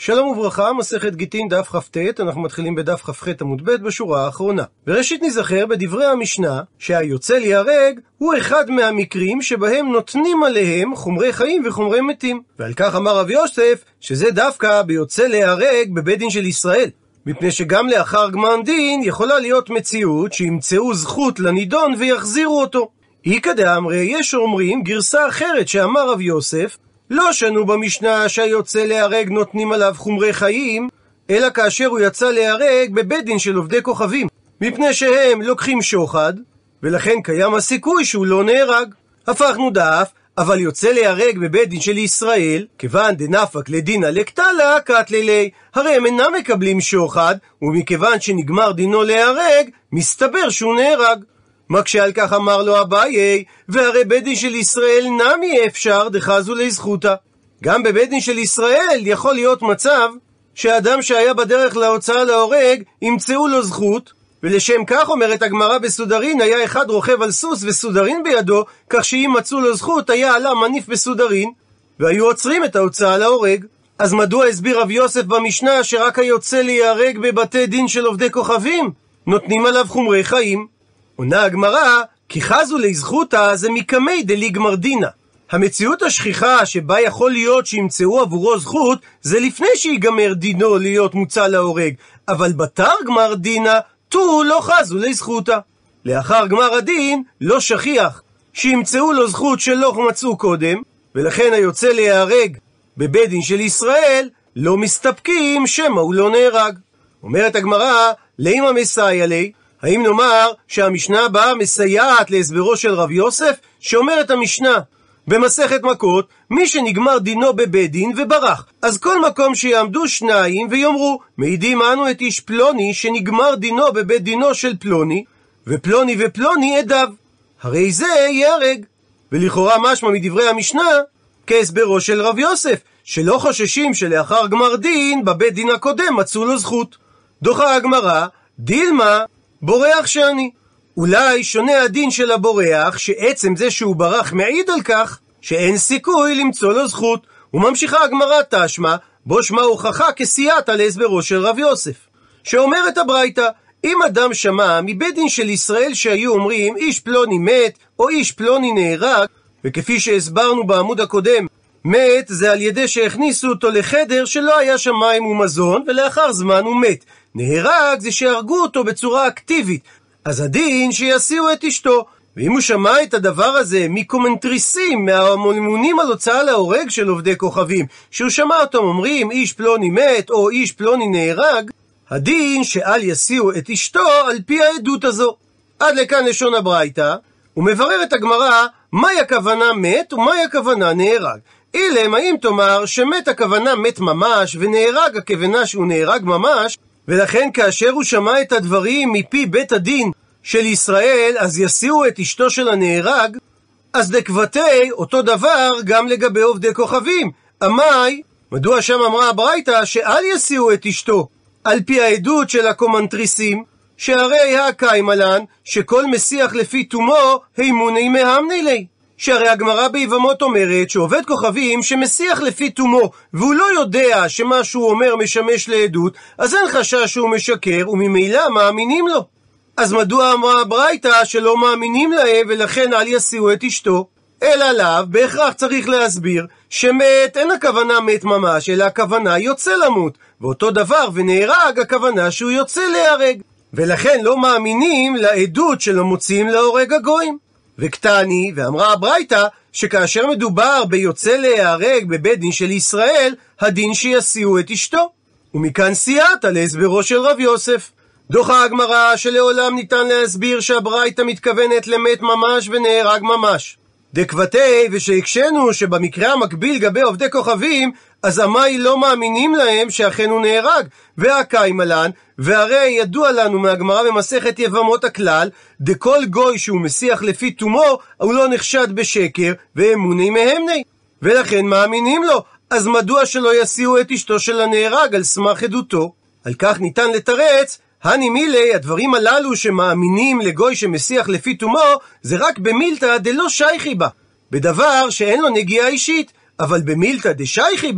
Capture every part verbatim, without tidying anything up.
שלום וברכה, מסכת גיטין דף כ"ט, אנחנו מתחילים בדף כ"ח עמוד ב' בשורה האחרונה. וראשית נזכר בדברי המשנה שהיוצא להיהרג הוא אחד מהמקרים שבהם נותנים עליהם חומרי חיים וחומרי מתים. ועל כך אמר רב יוסף שזה דווקא ביוצא להיהרג בבית דין של ישראל. מפני שגם לאחר גמר דין יכולה להיות מציאות שימצאו זכות לנידון ויחזירו אותו. איכא דאמרי, יש אומרים גרסה אחרת שאמר רב יוסף, לא שנו במשנה שהיוצא להיהרג נותנים עליו חומרי חיים, אלא כאשר הוא יצא להיהרג בבית דין של עובדי כוכבים, מפני שהם לוקחים שוחד, ולכן קיים הסיכוי שהוא לא נהרג. הפכנו דף, אבל יוצא להיהרג בבית דין של ישראל, כיוון דנפק לדינא לקטלה קטלי, הרי הם אינם מקבלים שוחד, ומכיוון שנגמר דינו להיהרג, מסתבר שהוא נהרג. מה כשעל כך אמר לו אביי, והרי בית דין של ישראל נמי אפשר דחזו לזכותה. גם בבית דין של ישראל יכול להיות מצב שאדם שהיה בדרך להוצאה להורג ימצאו לו זכות, ולשם כך אומרת הגמרא בסודרין, היה אחד רוכב על סוס וסודרין בידו, כך שאם מצאו לו זכות היה עלה מניף בסודרין, והיו עוצרים את ההוצאה להורג. אז מדוע הסביר רב יוסף במשנה שרק היוצא להיהרג בבתי דין של עובדי כוכבים נותנים עליו חומרי חיים? עונה הגמרא, כי חזו לזכותה זה מקמי דליגמר דינא. המציאות השכיחה שבה יכול להיות שימצאו עבורו זכות, זה לפני שיגמר דינו להיות מוצא להורג, אבל בתר גמר דינא, תו לא חזו לזכותה. לאחר גמר הדין, לא שכיח שימצאו לו זכות שלא מצאו קודם, ולכן היוצא להיהרג בבית דין של ישראל, לא מסתפקים שמה הוא לא נהרג. אומרת הגמרא, לאמא מסייע לי, האם נאמר שהמשנה הבאה מסייעת להסברו של רב יוסף, שאומרת המשנה במסכת מכות, מי שנגמר דינו בבית דין וברח, אז כל מקום שיעמדו שניים ויאמרו, מעידים אנו את איש פלוני שנגמר דינו בבית דינו של פלוני, ופלוני ופלוני עדיו, הרי זה ייהרג. ולכאורה משמע מדברי המשנה כהסברו של רב יוסף, שלא חוששים שלאחר גמר דין בבית דין הקודם מצאו לו זכות. דוחה הגמרא, דילמה בורח שאני. אולי שונה הדין של הבורח, שעצם זה שהוא ברח מעיד על כך שאין סיכוי למצוא לו זכות. וממשיכה הגמרא תשמע, בו שמה הוכחה כסייעתא להסברו של רב יוסף, שאומרת הברייתא, אם אדם שמע מבית דין של ישראל שהיו אומרים איש פלוני מת או איש פלוני נהרג, וכפי שהסברנו בעמוד הקודם, מת זה על ידי שהכניסו אותו לחדר שלא היה שם מים ומזון, ולאחר זמן הוא מת. נהרג זה שהרגו אותו בצורה אקטיבית, אז הדין שיסיעו את אשתו. ואם הוא שמע את הדבר הזה מקומנטריסים, מהממונים על הוצאה להורג של עובדי כוכבים, שהוא שמע אותם אומרים איש פלוני מת או איש פלוני נהרג, הדין שאל יסיעו את אשתו על פי העדות הזו. עד לכאן לשון הברייתא, ומבררת הגמרא מהי הכוונה מת ומהי הכוונה נהרג. אילם, האם תאמר שמת הכוונה מת ממש ונהרג הכוונה שהוא נהרג ממש, ולכן כאשר הוא שמע את הדברים מפי בית הדין של ישראל, אז יסיעו את אשתו של הנהרג, אז דקבתי אותו דבר גם לגבי עובדי כוכבים. אמי, מדוע שם אמרה הברייתא שאל יסיעו את אשתו על פי העדות של הקומנטריסים, שהרי הקיימלן שכל מסיח לפי תומו הימוני מהמני לי, שהרי הגמרא ביבמות אומרת שעובד כוכבים שמסיח לפי תומו והוא לא יודע שמה שהוא אומר משמש לעדות, אז אין חשש שהוא משקר וממילא מאמינים לו. אז מדוע אמרה הברייתא שלא מאמינים להם ולכן אל יסיעו את אשתו? אלא לאו, בהכרח צריך להסביר שמת אין הכוונה מת ממש, אלא הכוונה יוצא למות, ואותו דבר ונהרג הכוונה שהוא יוצא להיהרג, ולכן לא מאמינים לעדות שלא מוציאים להורג הגויים. וקטני, ואמרה הברייתא שכאשר מדובר ביוצא להיהרג בבית דין של ישראל, הדין שיסיעו את אשתו. ומכאן סייעתא להסברו של רב יוסף. דוחה הגמרא שלעולם ניתן להסביר שהברייתא מתכוונת למת ממש ונהרג ממש. דקבתי, ושהקשנו שבמקרה המקביל גבי עובדי כוכבים, אז אמי לא מאמינים להם שאכן הוא נהרג, והקיימלן, והרי ידוע לנו מהגמרא במסכת יבמות הכלל, דכל גוי שהוא מסיח לפי תומו, הוא לא נחשד בשקר, ואמוני מהמני, ולכן מאמינים לו. אז מדוע שלא יסיעו את אשתו של הנהרג על סמך עדותו? על כך ניתן לתרץ, הני מילי, הדברים הללו שמאמינים לגוי שמסיח לפי תומו, זה רק במילתא דלא שייכי בה, בדבר שאין לו נגיעה אישית, אבל במילתא דשייכי בה,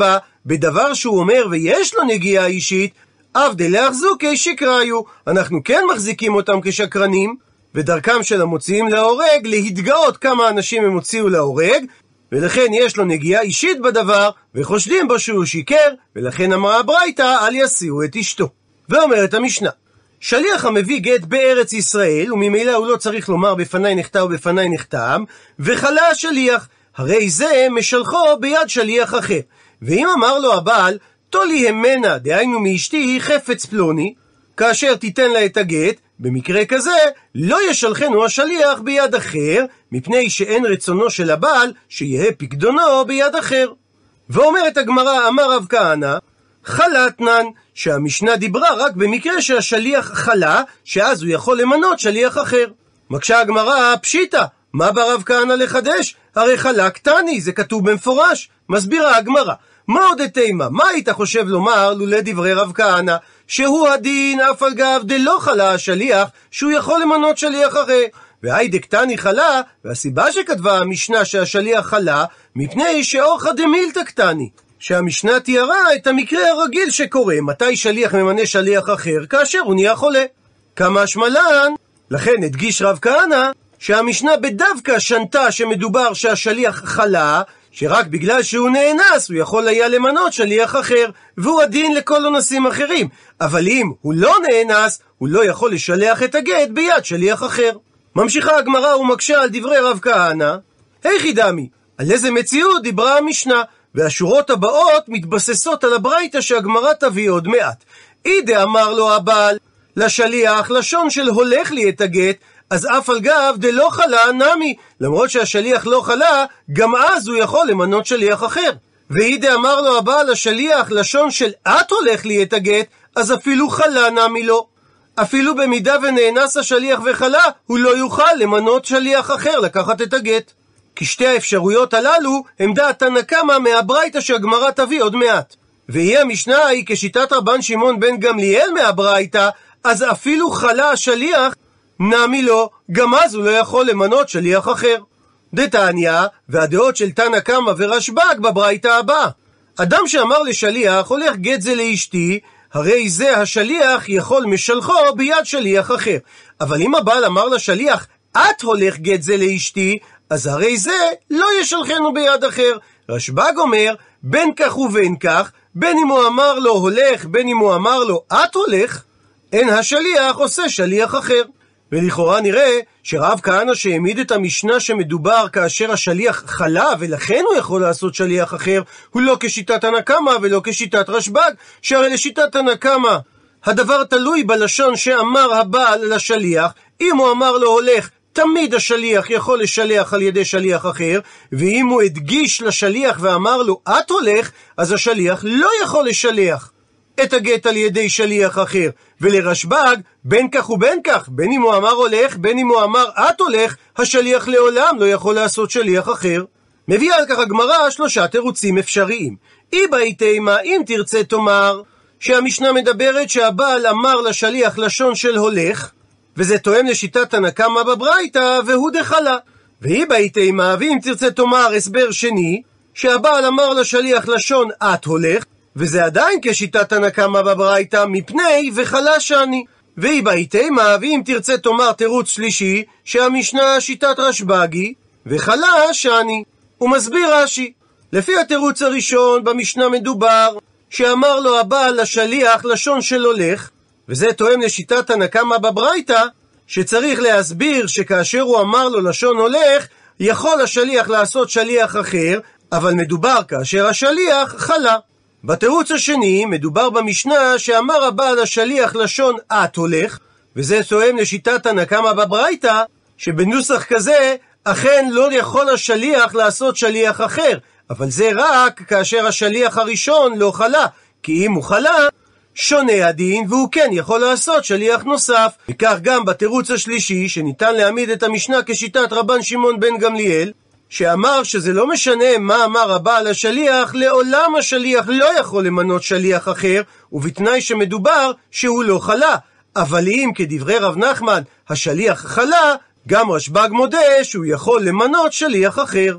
בדבר שהוא אומר ויש לו נגיעה אישית, אף דלאחזוקי שקראיו, אנחנו כן מחזיקים אותם כשקרנים, ודרכם של המוציאים להורג להתגאות כמה אנשים הם הוציאו להורג, ולכן יש לו נגיעה אישית בדבר, וחושדים בו שהוא שיקר, ולכן אמרה הברייתא אל יסיעו את אשתו. ואומרת המשנה, שליח המביא גט בארץ ישראל, וממילא הוא לא צריך לומר בפני נחתם ובפני נחתם, וחלה השליח, הרי זה משלחו ביד שליח אחר. ואם אמר לו הבעל, תולי המנה, דהיינו מאשתי חפץ פלוני, כאשר תיתן לה את הגט, במקרה כזה לא ישלחנו השליח ביד אחר, מפני שאין רצונו של הבעל שיהיה פקדונו ביד אחר. ואומרת הגמרא, אמר רב כהנא, חלתנן, שהמשנה דיברה רק במקרה שהשליח חלה, שאז הוא יכול למנות שליח אחר. מקשה הגמרא, פשיטה, מה בא רב כהנא לחדש? הרי חלה קטני, זה כתוב במפורש. מסבירה הגמרא, מה עוד תימה? מה היית חושב לומר לולא דברי רב כהנא? שהוא הדין אף על גב דלא חלה השליח, שהוא יכול למנות שליח אחר. והי דקטני חלה, והסיבה שכתבה המשנה שהשליח חלה, מפני שאורחא דמילתא קטני, שהמשנה תיארה את המקרה הרגיל שקורה, מתי שליח ממנה שליח אחר, כאשר הוא נהיה חולה. כמה שמלן, לכן הדגיש רב כהנא, שהמשנה בדווקא שנתה שמדובר שהשליח חלה, שרק בגלל שהוא נאנס הוא יכול היה למנות שליח אחר, והוא הדין לכל אונסים אחרים. אבל אם הוא לא נאנס, הוא לא יכול לשלח את הגט ביד שליח אחר. ממשיכה הגמרא ומקשה על דברי רב כהנא, היכי דמי, על איזה מציאות דיברה המשנה? והשורות הבאות מתבססות על הברייתא שהגמרא תביא עוד מעט. אידה אמר לו הבעל לשליח לשון של הולך לי את הגט, אז אף על גב דלא חלה נמי, למרות שהשליח לא חלה, גם אז הוא יכול למנות שליח אחר. ואידה אמר לו הבעל לשליח לשון של את הולך לי את הגט, אז אפילו חלה נמי לא. אפילו במידה ונאנס השליח וחלה, הוא לא יוכל למנות שליח אחר לקחת את הגט. כי שתי האפשרויות הללו הם דעת תנא קמא מהברייתא שהגמרא תביא עוד מעט. והיא המשנה היא כשיטת רבן שמעון בן גמליאל מהברייתא, אז אפילו חלה השליח נמי לו, גם אז הוא לא יכול למנות שליח אחר. דתניא, והדעות של תנא קמא ורשב"ג בברייתא הבאה, אדם שאמר לשליח הולך גט זה לאשתי, הרי זה השליח יכול משלחו ביד שליח אחר. אבל אם הבעל אמר לשליח את הולך גט זה לאשתי, אז הרי זה לא ישלחנו ביד אחר. רשב"ג אומר בין כך ובין כך, בין אם הוא אמר לו הולך, בין אם הוא אמר לו את הולך, אין השליח עושה שליח אחר. ולכאורה נראה שרב כהנא שהעמיד את המשנה שמדובר כאשר השליח חלה ולכן הוא יכול לעשות שליח אחר, הוא לא כשיטת תנא קמא ולא כשיטת רשב"ג, שהרי לשיטת תנא קמא הדבר תלוי בלשון שאמר הבעל לשליח. אם הוא אמר לו הולך, תמיד השליח יכול לשלח על ידי שליח אחר, ואם הוא הדגיש לשליח ואמר לו את הולך, אז השליח לא יכול לשלח את הגט על ידי שליח אחר. ולרשב"ג בין כך ובין כך, בין אם הוא אמר הולך, בין אם הוא אמר את הולך, השליח לעולם לא יכול לעשות שליח אחר. מביאה על כך הגמרא שלושה תירוצים אפשריים. איבא איתימה, אם תרצה תאמר שהמשנה מדברת שהבעל אמר לשליח לשון של הולך, וזה תואם לשיטת תנא קמא בברייתא, והוא דחלה. ואיבא איתימה, ואם תרצה תאמר הסבר שני, שהבעל אמר לשליח לשון את הולך, וזה עדיין כשיטת תנא קמא בברייתא, מפני וחלה שאני. ואיבא איתימה, ואם תרצה תאמר תירוץ שלישי, שהמשנה שיטת רשב"גי וחלה שאני. הוא מסביר רש"י, לפי התירוץ הראשון במשנה מדובר שאמר לו הבעל לשליח לשון של הולך, וזה תואם לשיטת תנא קמא בברייתא, שצריך להסביר שכאשר הוא אמר לו לשון הולך, יכול השליח לעשות שליח אחר, אבל מדובר כאשר השליח חלה. בתירוץ השני מדובר במשנה שאמר הבעל השליח לשון את הולך, וזה תואם לשיטת תנא קמא בברייתא, שבנוסח כזה אכן לא יכול השליח לעשות שליח אחר, אבל זה רק כאשר השליח הראשון לא חלה, כי אם הוא חלה שונה הדין והוא כן יכול לעשות שליח נוסף. וכך גם בתירוץ השלישי שניתן להעמיד את המשנה כשיטת רבן שמעון בן גמליאל, שאמר שזה לא משנה מה אמר הבעל השליח, לעולם השליח לא יכול למנות שליח אחר, ובתנאי שמדובר שהוא לא חלה. אבל אם כדברי רב נחמן השליח חלה, גם רשב"ג מודה שהוא יכול למנות שליח אחר.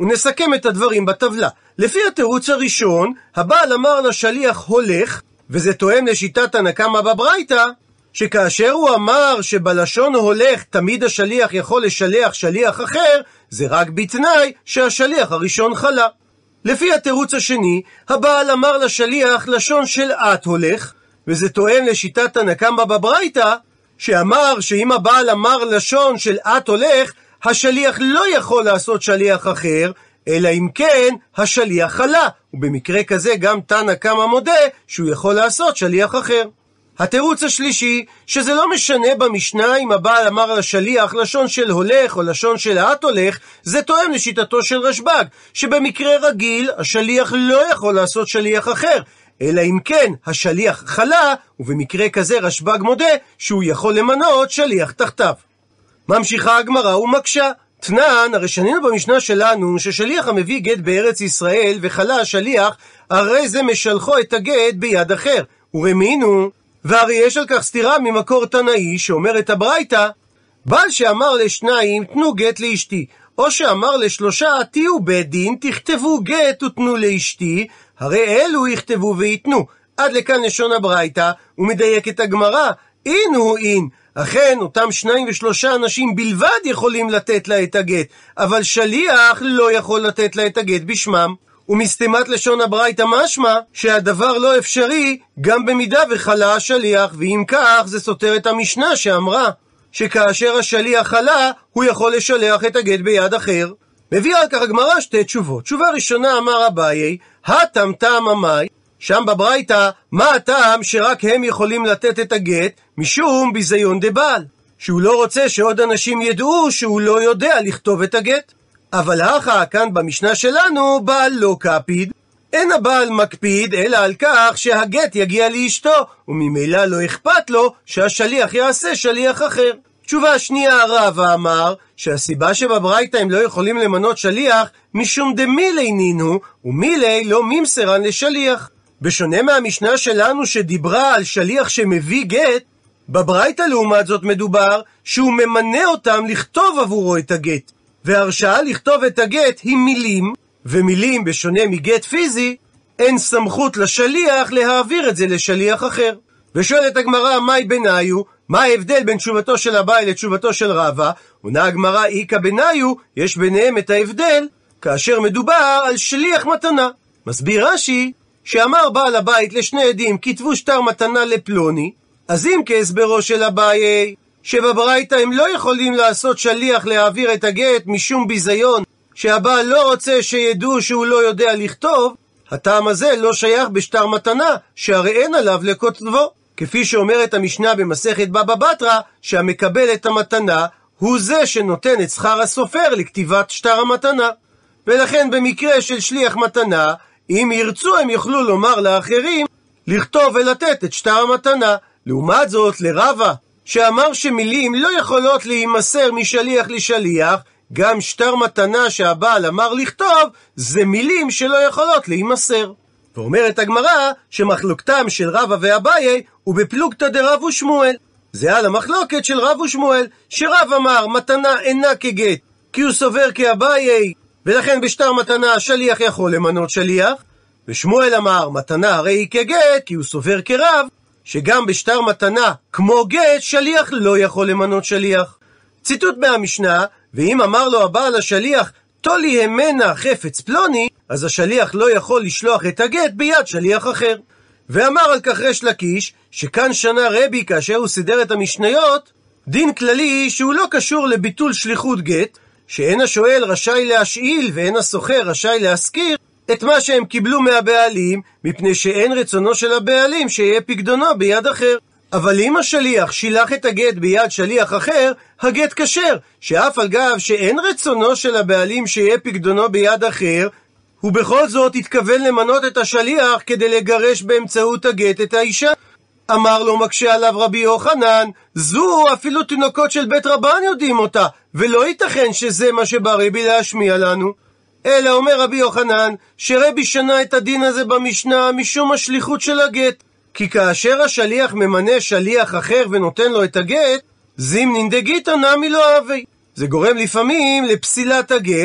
ונסכם את הדברים בטבלה. לפי התירוץ הראשון, הבעל אמר לשליח הולך, וזה תואם לשיטת הנקמה בברייתא, שכאשר הוא אמר שבלשון הולך תמיד השליח יכול לשלח שליח אחר, זה רק בתנאי שהשליח הראשון חלה. לפי התירוץ השני, הבעל אמר לשליח לשון של את הולך, וזה תואם לשיטת הנקמה בברייתא, שאמר שאם הבעל אמר לשון של את הולך, השליח לא יכול לעשות שליח אחר, אלא אם כן השליח חלה, ובמקרה כזה גם תנא קמא מודה שהוא יכול לעשות שליח אחר. התירוץ השלישי, שזה לא משנה במשנה אם הבעל אמר לשליח לשון של הולך או לשון של את הולך, זה תואם לשיטתו של רשב"ג, שבמקרה רגיל השליח לא יכול לעשות שליח אחר, אלא אם כן השליח חלה, ובמקרה כזה רשב"ג מודה שהוא יכול למנות שליח תחתיו. ממשיכה הגמרא ומקשה. תנן, הרי שנינו במשנה שלנו ששליח המביא גט בארץ ישראל וחלה השליח, הרי זה משלחו את הגט ביד אחר. ורמינו, והרי יש על כך סתירה ממקור תנאי שאומר את הברייתא, בעל שאמר לשניים תנו גט לאשתי, או שאמר לשלושה תהיו בית דין, תכתבו גט ותנו לאשתי, הרי אלו יכתבו ויתנו. עד לכאן לשון הברייתא, ומדייק את הגמרא, אין הוא אין. אכן, אותם שניים ושלושה אנשים בלבד יכולים לתת לה את הגט, אבל שליח לא יכול לתת לה את הגט בשמם. ומסתימת לשון הברייתא משמע שהדבר לא אפשרי גם במידה וחלה השליח, ואם כך זה סותר את המשנה שאמרה שכאשר השליח חלה הוא יכול לשלח את הגט ביד אחר. מביאה על כך הגמרא שתי תשובות. תשובה ראשונה, אמר אביי, הטמטם אמי, שם בברייתא, מה הטעם שרק הם יכולים לתת את הגט? משום ביזיון דבעל, שהוא לא רוצה שעוד אנשים ידעו שהוא לא יודע לכתוב את הגט. אבל האחא, כאן במשנה שלנו, בעל לא קפיד, אין הבעל מקפיד אלא על כך שהגט יגיע לאשתו, וממילא לא אכפת לו שהשליח יעשה שליח אחר. תשובה שנייה, רבא אמר שהסיבה שבברייתא הם לא יכולים למנות שליח משום דמילי נינו, ומילי לא ממסרן לשליח. בשונה מהמשנה שלנו שדיברה על שליח שמביא גט, בברייתא לעומת זאת מדובר שהוא ממנה אותם לכתוב עבורו את הגט. והרשאה לכתוב את הגט היא מילים, ומילים בשונה מגט פיזי, אין סמכות לשליח להעביר את זה לשליח אחר. ושואלת הגמרא, מהי ביניו? מה ההבדל בין תשובתו של אביי לתשובתו של רבא? עונה הגמרא, איקא ביניו, יש ביניהם את ההבדל כאשר מדובר על שליח מתנה. מסביר רש"י שאמר בעל הבית לשני עדים כתבו שטר מתנה לפלוני, אז אם כהסברו של אביי שבברייתא הם לא יכולים לעשות שליח להעביר את הגט משום ביזיון שהבעל לא רוצה שידעו שהוא לא יודע לכתוב, הטעם הזה לא שייך בשטר מתנה שהרי אין עליו לכותבו, כפי שאומרת המשנה במסכת בבא בתרא שהמקבל את המתנה הוא זה שנותן את שכר הסופר לכתיבת שטר המתנה. ולכן במקרה של שליח מתנה, אם ירצו הם יוכלו לומר לאחרים לכתוב ולתת את שטר המתנה. לעומת זאת לרבא שאמר שמילים לא יכולות להימסר משליח לשליח, גם שטר מתנה שהבעל אמר לכתוב זה מילים שלא יכולות להימסר. ואומרת הגמרא שמחלוקתם של רבא ואביי הוא בפלוגתא דרב ושמואל. זה על המחלוקת של רב ושמואל, שרב אמר מתנה אינה כגט כי הוא סובר כאביי, ולכן בשטר מתנה השליח יכול למנות שליח, ושמואל אמר מתנה הרי היא כגט כי הוא סובר כרב שגם בשטר מתנה כמו גט שליח לא יכול למנות שליח. ציטוט מהמשנה, ואם אמר לו הבעל השליח תולי המנה חפץ פלוני, אז השליח לא יכול לשלוח את הגט ביד שליח אחר. ואמר על כך ריש לקיש שכאן שנה רבי כאשר הוא סידר את המשניות דין כללי שהוא לא קשור לביטול שליחות גט, שאין השואל רשאי להשאיל ואין הסוחר רשאי להשכיר את מה שהם קיבלו מהבעלים, מפני שאין רצונו של הבעלים שיהיה פקדונו ביד אחר. אבל אם השליח שילח את הגט ביד שליח אחר, הגט כשר, שאף על גב שאין רצונו של הבעלים שיהיה פקדונו ביד אחר, הוא בכל זאת התכוון למנות את השליח כדי לגרש באמצעות הגט את האישה. אמר לו מקשה עליו רבי יוחנן, זו אפילו תינוקות של בית רבן יודעים אותה, ולא ייתכן שזה מה שבא רבי להשמיע לנו. אלא אומר רבי יוחנן שרבי שנה את הדין הזה במשנה משום השליחות של הגט, כי כאשר השליח ממנה שליח אחר ונותן לו את הגט, זימנין דגיתא נמי לא הווי, זה גורם לפעמים לפסילת הגט,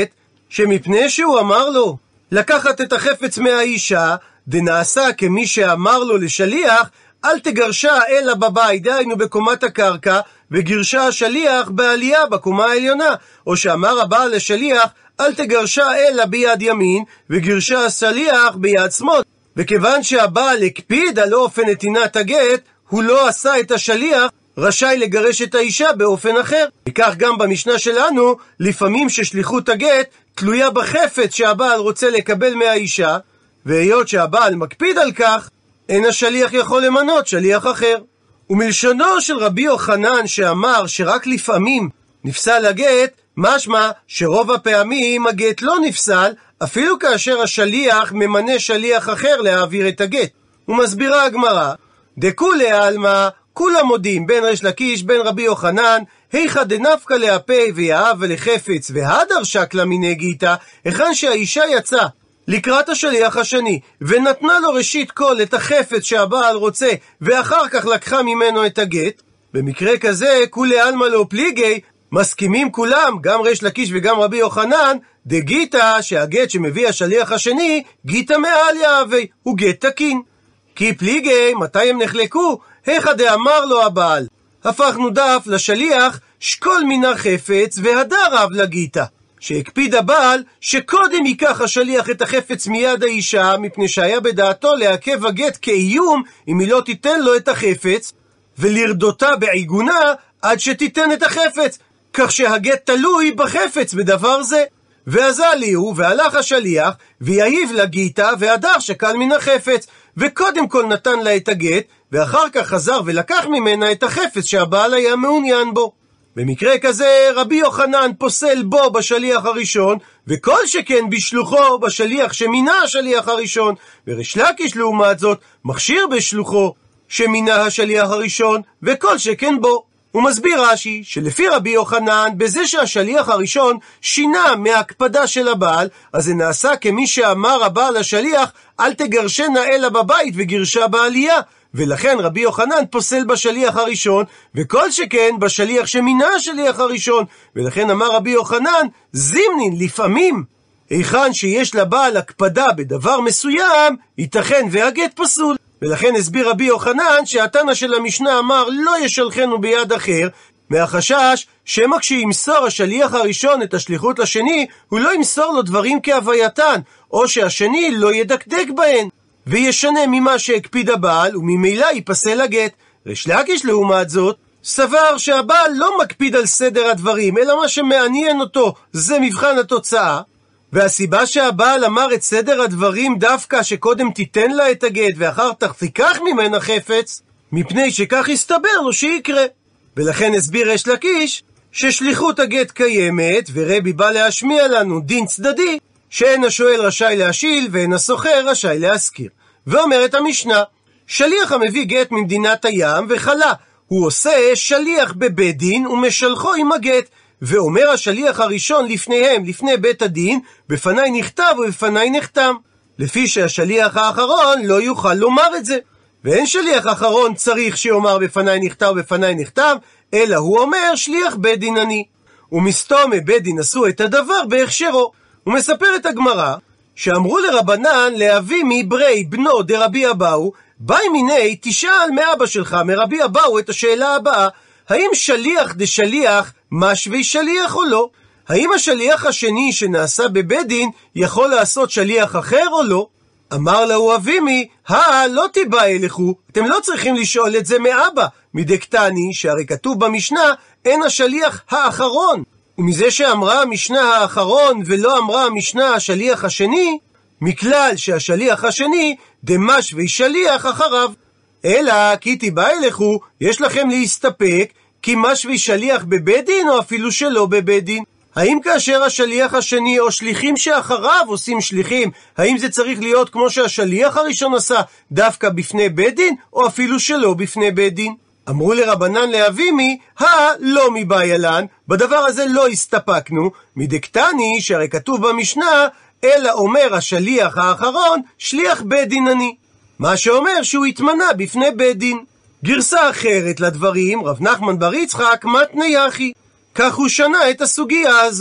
שמפני שהוא אמר לו לקחת את החפץ מהאישה, דנעשה כמי שאמר לו לשליח, אל תגרשה אלא בבית, דהיינו בקומת הקרקע, וגירשה השליח בעלייה בקומה העליונה. או שאמר הבעל לשליח, אל תגרשה אלא ביד ימין, וגירשה השליח ביד שמאל. וכיוון שהבעל הקפיד על אופן נתינת הגט, הוא לא עשה את השליח רשאי לגרש את האישה באופן אחר. וכך גם במשנה שלנו, לפעמים ששליחות הגט תלויה בחפץ שהבעל רוצה לקבל מהאישה, והיות שהבעל מקפיד על כך, אין השליח יכול למנות שליח אחר. ומלשונו של רבי יוחנן שאמר שרק לפעמים נפסל הגט, משמע שרוב הפעמים הגט לא נפסל, אפילו כאשר השליח ממנה שליח אחר להעביר את הגט. ומסבירה הגמרא, דכולי עלמא, כולם מודים בין ריש לקיש בין רבי יוחנן, היכא דנפקא להפי ויאהב לחפץ והדר שקלה מנגיתא, היכן שהאישה יצאה לקראת השליח השני ונתנה לו ראשית כל את החפץ שהבעל רוצה, ואחר כך לקחה ממנו את הגט, במקרה כזה כולי עלמא לא פליגי, מסכימים כולם, גם ריש לקיש וגם רבי יוחנן, דגיתא שהגט שמביא השליח השני גיתא מעל יהווה, הוא גט תקין. כי פליגי, מתי הם נחלקו? היכא דאמר לו הבעל, הפכנו דף לשליח שקול מן החפץ והדר רב לגיתא, שהקפיד הבעל שקודם ייקח השליח את החפץ מיד האישה, מפני שהיה בדעתו לעכב הגט כאיום אם היא לא תיתן לו את החפץ, ולרדותה בעיגונה עד שתיתן את החפץ, כך שהגט תלוי בחפץ בדבר זה. ועזלי הוא, והלך השליח ויהיב לגיתא והדר שקל מן החפץ, וקודם כל נתן לה את הגט, ואחר כך חזר ולקח ממנה את החפץ שהבעל היה מעוניין בו. במקרה כזה רבי יוחנן פוסל בו בשליח הראשון, וכל שכן בשלוחו בשליח שמינה השליח הראשון, וריש לקיש לעומת זאת מכשיר בשלוחו שמינה השליח הראשון, וכל שכן בו. הוא מסביר רש"י שלפי רבי יוחנן, בזה שהשליח הראשון שינה מהקפדה של הבעל, אז זה נעשה כמי שאמר הבעל לשליח אל תגרשנה אלא בבית, וגירשה בעלייה, ולכן רבי יוחנן פוסל בשליח הראשון, וכל שכן בשליח שמינה השליח הראשון. ולכן אמר רבי יוחנן, זימנין, לפעמים היכן שיש לבעל הקפדה בדבר מסוים, ייתכן והגט פסול. ולכן הסביר רבי יוחנן שהתנא של המשנה אמר לא ישלחנו ביד אחר, מהחשש שמא כשימסור השליח הראשון את השליחות לשני, הוא לא ימסור לו דברים כהווייתן, או שהשני לא ידקדק בהן וישנה ממה שהקפיד הבעל, וממילא ייפסל הגט. ריש לקיש לעומת זאת סבר שהבעל לא מקפיד על סדר הדברים, אלא מה שמעניין אותו זה מבחן התוצאה, והסיבה שהבעל אמר את סדר הדברים דווקא שקודם תיתן לה את הגט ואחר כך תיקח ממנה חפץ, מפני שכך הסתבר לו שיקרה. ולכן הסביר ריש לקיש ששליחות הגט קיימת, ורבי בא להשמיע לנו דין צדדי שאין השואל רשאי להשיל ואין הסוחר רשאי להשכיר. ואומרת המשנה, שליח המביא גט ממדינת הים וחלה, הוא עושה שליח בבית דין ומשלחו עם הגט. ואומר השליח הראשון לפניהם, לפני בית הדין, בפניי נכתב ובפניי נחתם, לפי שהשליח האחרון לא יוכל לומר את זה. ואין שליח אחרון צריך שיאמר בפניי נכתב ובפניי נחתם, אלא הוא אומר שליח בית דין אני. ומסתום בית דין עשו את הדבר בהכשרו. ומספרת הגמרא שאמרו לרבנן להביא מברי בנו דרבי אבאו, ביי מיני תשאל מאבא שלך מרבי אבאו את השאלה הבאה, האם שליח דשליח משווה שליח או לא? האם השליח השני שנעשה בבית דין יכול לעשות שליח אחר או לא? אמר לו אבימי, הא לא תיבא אלכו, אתם לא צריכים לשאול את זה מאבא, מדקתני שהרי כתוב במשנה אין השליח האחרון, ומזה שאמרה המשנה האחרון ולא אמרה המשנה השליח השני, מכלל שהשליח השני דמשווה שליח אחריו. אלא כי תיבא אלכו, יש לכם להסתפק כי משווה שליח בבית דין או אפילו שלא בבית דין. האם כאשר השליח השני או שליחים שאחריו עושים שליחים, האם זה צריך להיות כמו שהשליח הראשון עשה, דווקא בפני בית דין או אפילו שלא בפני בית דין? אמרו לרבנן לאבימי, הא לא מבעיילן, בדבר הזה לא הסתפקנו, מדקתני שהרי כתוב במשנה אלא אומר השליח האחרון שליח בית דין אני, מה שאומר שהוא התמנה בפני בית דין. גרסה אחרת לדברים, רב נחמן בר יצחק מתני יחי, כך הוא שנה את הסוגיה הזו.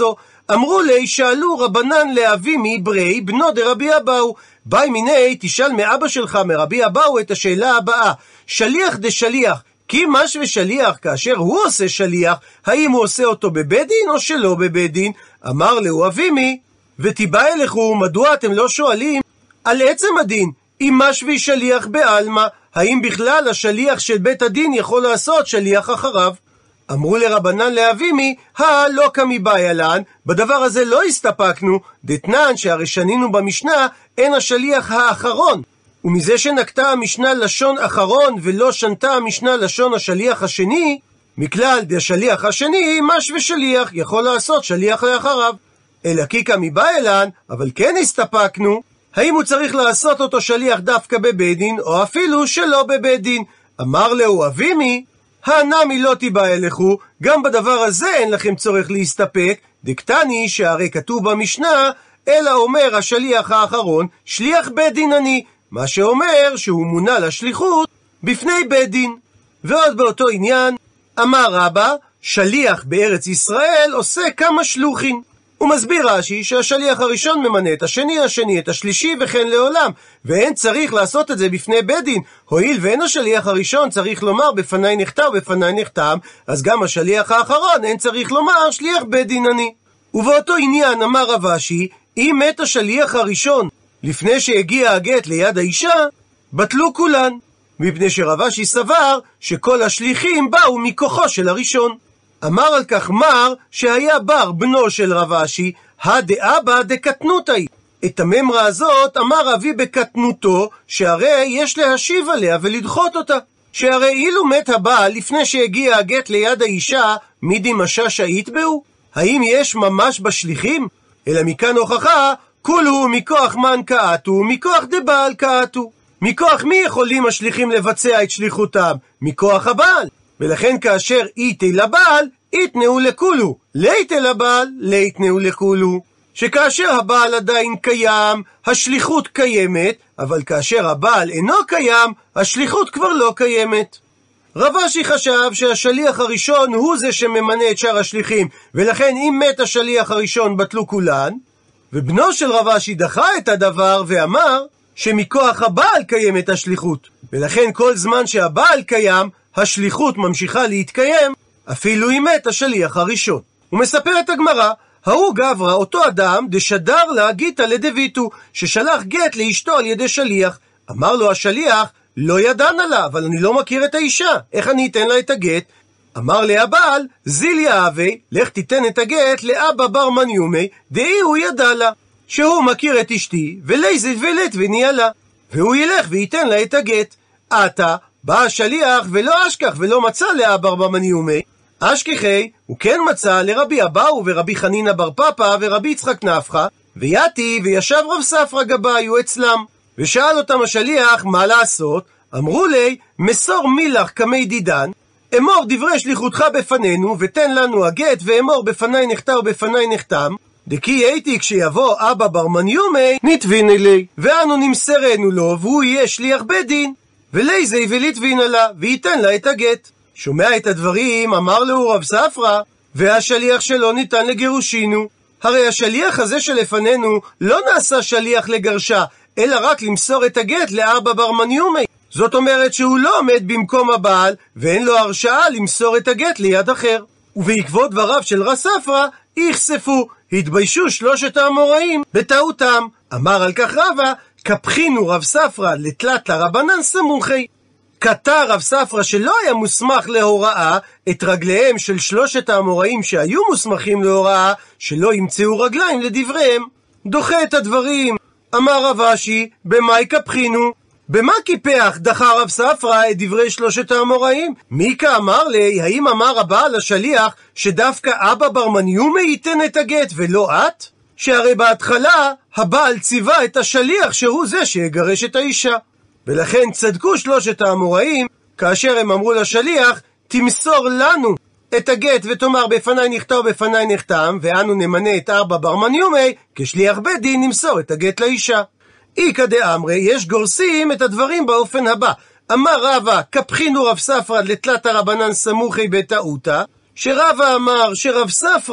אמרו לי, שאלו רבנן לאבימי ברי בנו דרבי אבאו, ביי מיני תשאל מאבא שלך מרבי אבאו את השאלה הבאה, שליח דשליח, כי מש ושליח כאשר הוא עושה שליח, האם הוא עושה אותו בבית דין או שלא בבית דין? אמר לו אבימי, ותיבא אליכו, מדוע אתם לא שואלים על עצם הדין, אם מש ושליח בעלמא, האם בכלל השליח של בית הדין יכול לעשות שליח אחריו? אמרו לרבנן לאבימי, הלא כמי באי אלן, בדבר הזה לא הסתפקנו, דתנן שהרי שנינו במשנה, אין השליח האחרון, ומזה שנקטה המשנה לשון אחרון, ולא שנתה המשנה לשון השליח השני, מכלל דשליח השני, מש ושליח, יכול לעשות שליח לאחריו. אלא כי כמי באי אלן, אבל כן הסתפקנו, האם הוא צריך לעשות אותו שליח דווקא בבית דין, או אפילו שלא בבית דין? אמר לו אבימי, הנמי לא תיבא אליכו, גם בדבר הזה אין לכם צורך להסתפק, דקטני שהרי כתוב במשנה, אלא אומר השליח האחרון, שליח בית דין אני, מה שאומר שהוא מונה לשליחות בפני בית דין. ועוד באותו עניין, אמר רבא, שליח בארץ ישראל עושה כמה שלוחים. הוא מסביר רש"י שהשליח הראשון ממנה את השני, השני את השלישי וכן לעולם, ואין צריך לעשות את זה בפני בית דין, הואיל ואין השליח הראשון צריך לומר בפני נחתם ובפני נחתם, אז גם השליח האחרון אין צריך לומר שליח בית דין אני. ובאותו עניין אמר רב אשי, אם מת השליח הראשון לפני שהגיע הגט ליד האישה, בטלו כולן, מפני שרב אשי סבר שכל השליחים באו מכוחו של הראשון. אמר על כך מר שהיה בר בנו של רב אשי, הדאבא דקטנותאי. את הממרה הזאת אמר אבי בקטנותו, שהרי יש להשיב עליה ולדחות אותה. שהרי אילו מת הבעל לפני שהגיע הגט ליד האישה, מידי משא שהית בהו? האם יש ממש בשליחים? אלא מכאן הוכחה, כולו מכוח מן קאתו, מכוח דבעל קאתו. מכוח מי יכולים השליחים לבצע את שליחותם? מכוח הבעל. ולכן כאשר איתי לבעל, איתנאו לכולו, ליתי לבעל, ליתנאו לכולו. שכאשר הבעל עדיין קיים, השליחות קיימת, אבל כאשר הבעל אינו קיים, השליחות כבר לא קיימת. רב אשי חשב שהשליח הראשון הוא זה שממנה את שאר השליחים, ולכן אם מת השליח הראשון בטלו כולן, ובנו של רב אשי דחה את הדבר ואמר שמכוח הבעל קיימת השליחות, ולכן כל זמן שהבעל קיים, השליחות ממשיכה להתקיים, אפילו אם מת השליח הראשון. הוא מספר את הגמרא, ההוא גברא, אותו אדם, דשדר לה גיטה לדביטו, ששלח גט לאשתו על ידי שליח. אמר לו השליח, לא ידענה לה, אבל אני לא מכיר את האישה, איך אני אתן לה את הגט? אמר לה הבעל, זיליה אבי, לך תיתן את הגט לאבא בר מניומי, דאי הוא ידע לה, שהוא מכיר את אשתי, ולייזת ולית וניאלה, והוא ילך וייתן לה את הגט. עתה, בא השליח ולא אשכח ולא מצא לאבא בר מניומי, אשכחי, הוא כן מצא לרבי אבאו ורבי חנינא בר פפא ורבי יצחק נפחא, ויתי וישב רב ספרא גבאיו אצלם, ושאל אותם השליח מה לעשות. אמרו לי, מסור מילך כמי דידן, אמור דברי שליחותך בפנינו ותן לנו הגט, ואמור בפני נחתם ובפני נחתם, דקי הייתי כשיבוא אבא בר מניומי נתבין אלי, ואנו נמסרנו לו והוא יהיה שליח בית דין, ולייזי ולתבין עלה וייתן לה את הגט. שומע את הדברים, אמר לו רב ספרא, והשליח שלו ניתן לגירושינו. הרי השליח הזה שלפנינו לא נעשה שליח לגרשה, אלא רק למסור את הגט לאבא בר מניומי. זאת אומרת שהוא לא עומד במקום הבעל, ואין לו הרשאה למסור את הגט ליד אחר. ובעקבות דבריו של רב ספרא, יחשפו, התביישו שלושת האמוראים בטעותם. אמר על כך רבא, קפחינו רב ספרא לתלת לרבנן סמוכי. קטע רב ספרא שלא היה מוסמך להוראה את רגליהם של שלושת האמוראים שהיו מוסמכים להוראה, שלא ימצאו רגליים לדבריהם. דוחה את הדברים. אמר רב אשי, במה יקפחינו? במה קיפח דחה רב ספרא את דברי שלושת האמוראים? מיקה אמר לי, האם אמר הבעל השליח שדווקא אבא בר מניומי ייתן את הגט ולא את? שהרי בהתחלה הבעל ציווה את השליח שהוא זה שיגרש את האישה. ולכן צדקו שלושת האמוראים כאשר הם אמרו לשליח, תמסור לנו את הגט ותאמר בפני נכתב ובפני נחתם, ואנו נמנה את אבא בר מניומי כשליח בית דין נמסור את הגט לאישה. איקא דאמרי, יש גורסים את הדברים באופן הבא. אמר רבא, קפחינו רב ספרא לתלת הרבנן סמוכי בטעותא, שרבא אמר שרב ספרא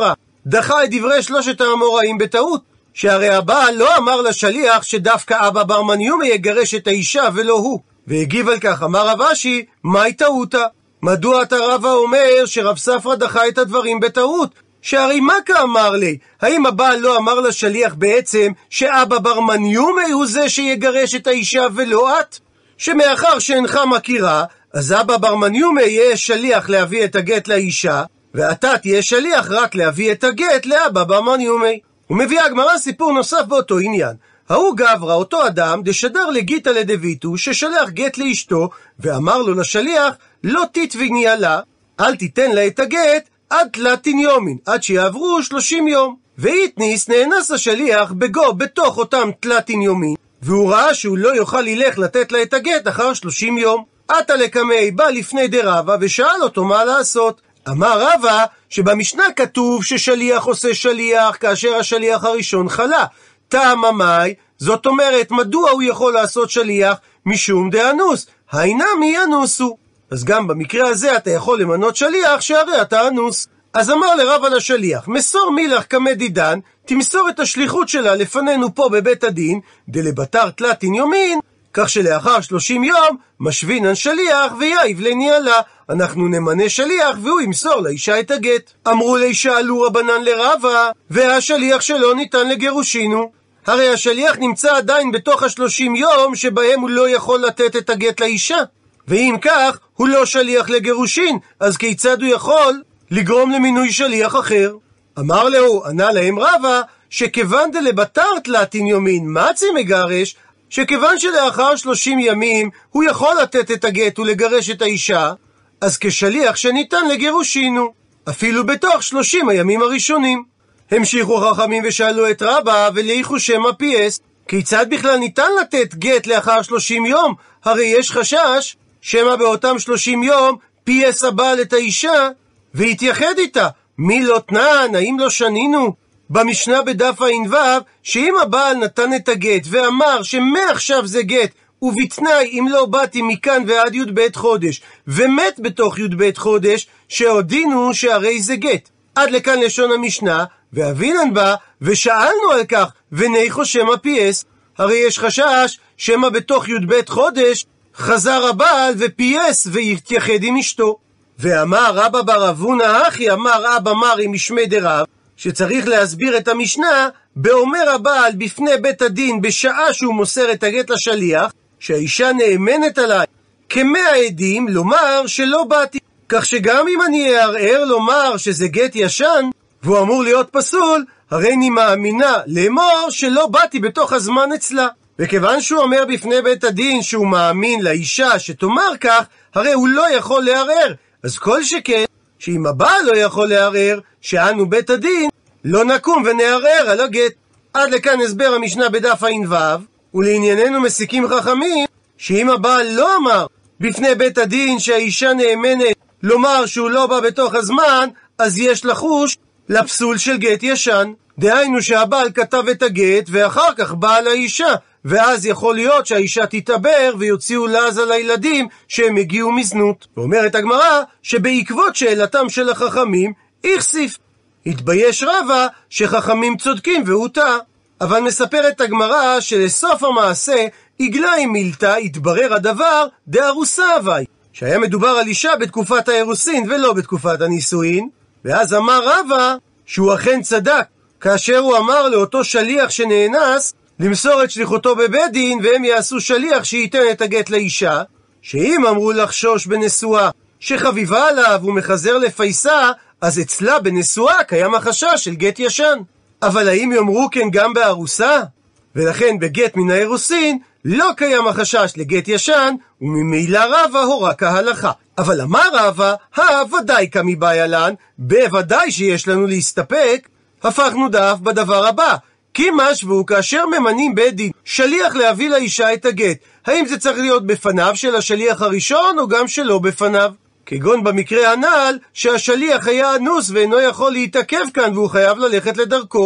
דחה את דברי שלושת האמוראים בטעות, שהרי הבעל לא אמר לשליח שדווקא אבא בר מניומי יגרש את האישה ולא הוא. והגיב על כך, אמר רב אשי, מהי טעותה? מדוע אתה רבא אומר שרב ספרא דחה את הדברים בטעות? שהרי מה כאמר לי? האם הבעל לא אמר לשליח בעצם שאבא בר מניומי הוא זה שיגרש את האישה ולא את? שמאחר שאינך מכירה, אז אבא בר מניומי יהיה שליח להביא את הגט לאישה, ואתה תהיה שליח רק להביא את הגט לאבא בר מניומי. ומביאה הגמרא סיפור נוסף באותו עניין. ההוא גברא, אותו אדם, דשדר לגיטא לדביתו, ששלח גט לאשתו, ואמר לו לשליח, לא תתביני לה, אל תיתן לה את הגט, עד תלתין יומין, עד שיעברו שלושים יום. ואיתניס נאנס השליח בגו בתוך אותם תלתין יומין, והוא ראה שהוא לא יוכל ללך לתת לה את הגט אחר שלושים יום. עתה לקמי בא לפני דרבא ושאל אותו מה לעשות. אמר רבא שבמשנה כתוב ששליח עושה שליח כאשר השליח הראשון חלה. טעם המאי, זאת אומרת מדוע הוא יכול לעשות שליח? משום דאנוס, הינמי אנוסו. אז גם במקרה הזה אתה יכול למנות שליח שהרי אתה אנוס. אז אמר לרבא לשליח, מסור מילך כמדידן, תמסור את השליחות שלה לפנינו פה בבית הדין, דלבטר תלתין יומין, כך שלאחר שלושים יום משווינן שליח ויעיב לניאלה. אנחנו נמנה שליח והוא ימסור לאישה את הגט. אמרו לי, שאלו רבנן לרבא, והשליח שלו ניתן לגירושינו. הרי השליח נמצא עדיין בתוך השלושים יום שבהם הוא לא יכול לתת את הגט לאישה, ואם כך הוא לא שליח לגירושין, אז כיצד הוא יכול לגרום למינוי שליח אחר? אמר לו, ענה להם רבא, שכיוון דלבטר תלתין יומין מצי מגרש, שכיוון שלאחר שלושים ימים הוא יכול לתת את הגט ולגרש את האישה, אז כשליח שניתן לגירושינו, אפילו בתוך שלושים הימים הראשונים. המשיכו חכמים ושאלו את רבא, ולאיכו שמא פייס, כיצד בכלל ניתן לתת גט לאחר שלושים יום? הרי יש חשש שמא באותם שלושים יום פייס הבעל את האישה והתייחד איתה. מי לא תנן, האם לא שנינו במשנה בדף ע"ו, שאם הבעל נתן את הגט ואמר שמעכשיו זה גט, ובתנאי אם לא באתי מכאן ועד י"ב חודש, ומת בתוך י"ב חודש, שהודינו שהרי זה גט. עד לכאן לשון המשנה, ואבינן בה, ושאלנו על כך, וניחו שמא פייס, הרי יש חשש שמא בתוך י"ב חודש חזר הבעל ופייס והתייחד עם אשתו. ואמר רבא בר אבונה אחי, אמר אבא מרי משמי דרב, שצריך להסביר את המשנה באומר הבעל בפני בית הדין בשעה שהוא מוסר את הגט לשליח, שהאישה נאמנת עליי כמאה עדים לומר שלא באתי, כך שגם אם אני אערער לומר שזה גט ישן והוא אמור להיות פסול, הרי אני מאמינה לאמור שלא באתי בתוך הזמן אצלה. וכיוון שהוא אומר בפני בית הדין שהוא מאמין לאישה שתאמר כך, הרי הוא לא יכול לערער. אז כל שכן שאם הבעל לא יכול לערער, שאנו בית הדין לא נקום ונערער על הגט. עד לכאן הסבר המשנה בדף ע"ו. ולענייננו מסיקים חכמים שאם הבעל לא אמר בפני בית הדין שהאישה נאמנת לומר שהוא לא בא בתוך הזמן, אז יש לחוש לפסול של גט ישן. דהיינו שהבעל כתב את הגט ואחר כך בא לאישה, ואז יכול להיות שהאישה תתעבר ויוציאו לעז על הילדים שהם הגיעו מזנות. ואומרת הגמרא שבעקבות שאלתם של החכמים איכסיף, התבייש רבא שחכמים צודקים והוא טעה. אבל מספרת הגמרא שלסוף המעשה עגלה עם מילתא, התברר הדבר דארוסה הווי, שהיה מדובר על אישה בתקופת האירוסין ולא בתקופת הנישואין. ואז אמר רבא שהוא אכן צדק כאשר הוא אמר לאותו שליח שנאנס למסור את שליחותו בבית דין, והם יעשו שליח שייתן את הגט לאישה, שאם אמרו לחשוש בנשואה שחביבה עליו ומחזר לפייסה, אז אצלה בנשואה קיים החשש של גט ישן. אבל האם יאמרו כן גם בארוסה? ולכן בגט מן האירוסין לא קיים החשש לגט ישן, וממילא רבא הורה כהלכה. אבל אמר רבא, הוודאי כמי בעיילן, בוודאי שיש לנו להסתפק. הפכנו דף בדבר הבא, כי משהו כאשר ממנים בית דין שליח להביא לאישה את הגט, האם זה צריך להיות בפניו של השליח הראשון או גם שלא בפניו? כגון במקרה הנ"ל שהשליח היה אנוס ואינו יכול להתעכב כאן והוא חייב ללכת לדרכו.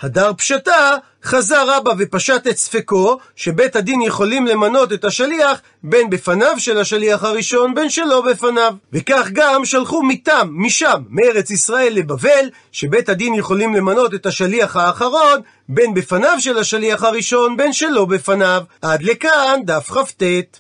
הדר פשטה, חזר רבא ופשט את ספקו, שבית הדין יכולים למנות את השליח בין בפניו של השליח הראשון, בין שלא בפניו. וכך גם שלחו מתם, משם, מארץ ישראל לבבל, שבית הדין יכולים למנות את השליח האחרון, בין בפניו של השליח הראשון, בין שלא בפניו. עד לכאן דף כ"ט.